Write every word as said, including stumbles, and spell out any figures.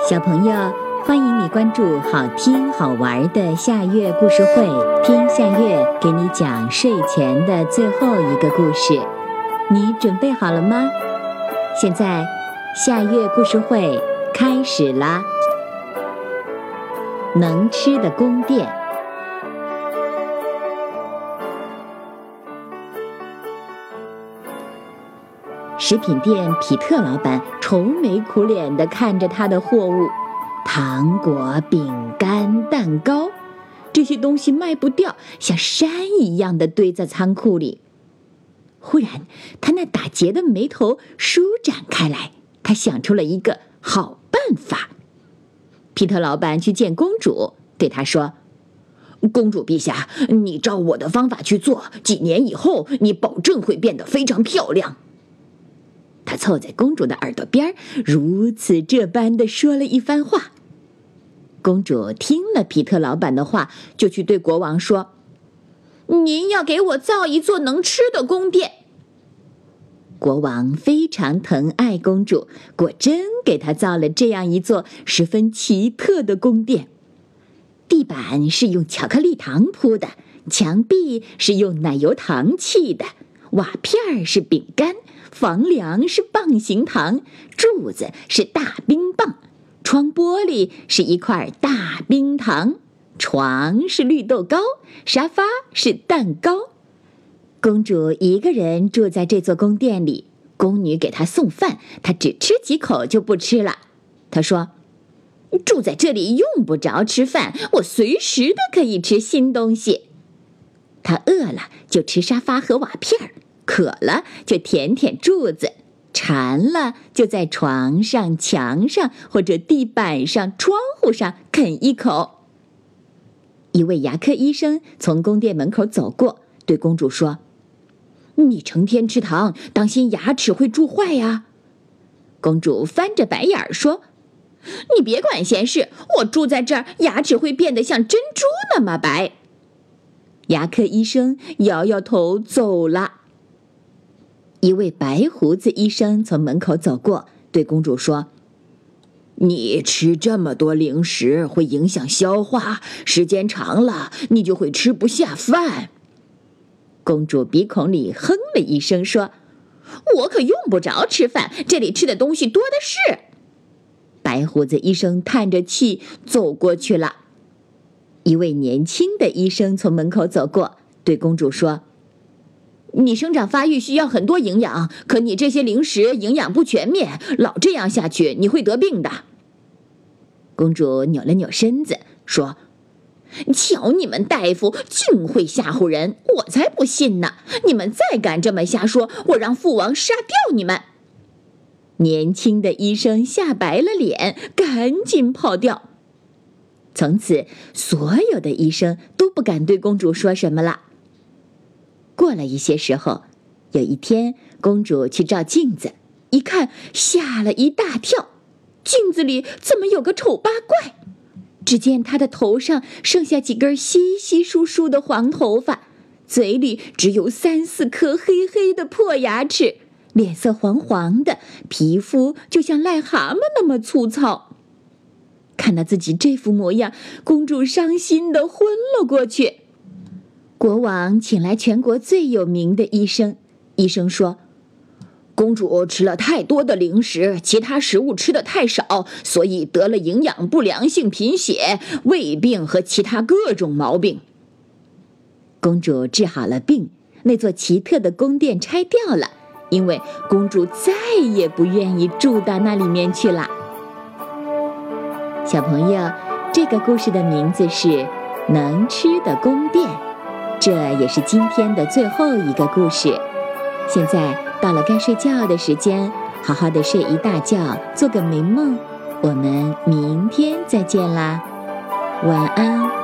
小朋友，欢迎你关注好听好玩的夏月故事会，听夏月给你讲睡前的最后一个故事。你准备好了吗？现在夏月故事会开始啦。能吃的宫殿。食品店皮特老板愁眉苦脸地看着他的货物，糖果、饼干、蛋糕，这些东西卖不掉，像山一样地堆在仓库里。忽然，他那打结的眉头舒展开来，他想出了一个好办法。皮特老板去见公主，对她说：“公主陛下，你照我的方法去做，几年以后，你保证会变得非常漂亮。”他凑在公主的耳朵边，如此这般地说了一番话。公主听了皮特老板的话，就去对国王说：“您要给我造一座能吃的宫殿。”国王非常疼爱公主，果真给她造了这样一座十分奇特的宫殿。地板是用巧克力糖铺的，墙壁是用奶油糖砌的，瓦片是饼干，房梁是棒形糖，柱子是大冰棒，窗玻璃是一块大冰糖，床是绿豆糕，沙发是蛋糕。公主一个人住在这座宫殿里，宫女给她送饭，她只吃几口就不吃了。她说：“住在这里用不着吃饭，我随时都可以吃新东西。”她饿了就吃沙发和瓦片，渴了就舔舔柱子，馋了就在床上、墙上或者地板上、窗户上啃一口。一位牙科医生从宫殿门口走过，对公主说：“你成天吃糖，当心牙齿会蛀坏呀。”公主翻着白眼说：“你别管闲事，我住在这儿，牙齿会变得像珍珠那么白。”牙科医生摇摇头走了。一位白胡子医生从门口走过，对公主说：“你吃这么多零食会影响消化，时间长了你就会吃不下饭。”公主鼻孔里哼了一声说：“我可用不着吃饭，这里吃的东西多的是。”白胡子医生叹着气走过去了。一位年轻的医生从门口走过，对公主说：“你生长发育需要很多营养，可你这些零食营养不全面，老这样下去你会得病的。”公主扭了扭身子说：“瞧你们大夫净会吓唬人，我才不信呢！你们再敢这么瞎说，我让父王杀掉你们！”年轻的医生吓白了脸，赶紧跑掉。从此，所有的医生都不敢对公主说什么了。过了一些时候，有一天，公主去照镜子，一看吓了一大跳，镜子里怎么有个丑八怪？只见她的头上剩下几根稀稀疏疏的黄头发，嘴里只有三四颗黑黑的破牙齿，脸色黄黄的，皮肤就像癞蛤蟆那么粗糙。看到自己这副模样，公主伤心地昏了过去。国王请来全国最有名的医生，医生说：“公主吃了太多的零食，其他食物吃得太少，所以得了营养不良性贫血、胃病和其他各种毛病。”公主治好了病，那座奇特的宫殿拆掉了，因为公主再也不愿意住到那里面去了。小朋友，这个故事的名字是《能吃的宫殿》，这也是今天的最后一个故事。现在到了该睡觉的时间，好好的睡一大觉，做个美梦。我们明天再见啦，晚安。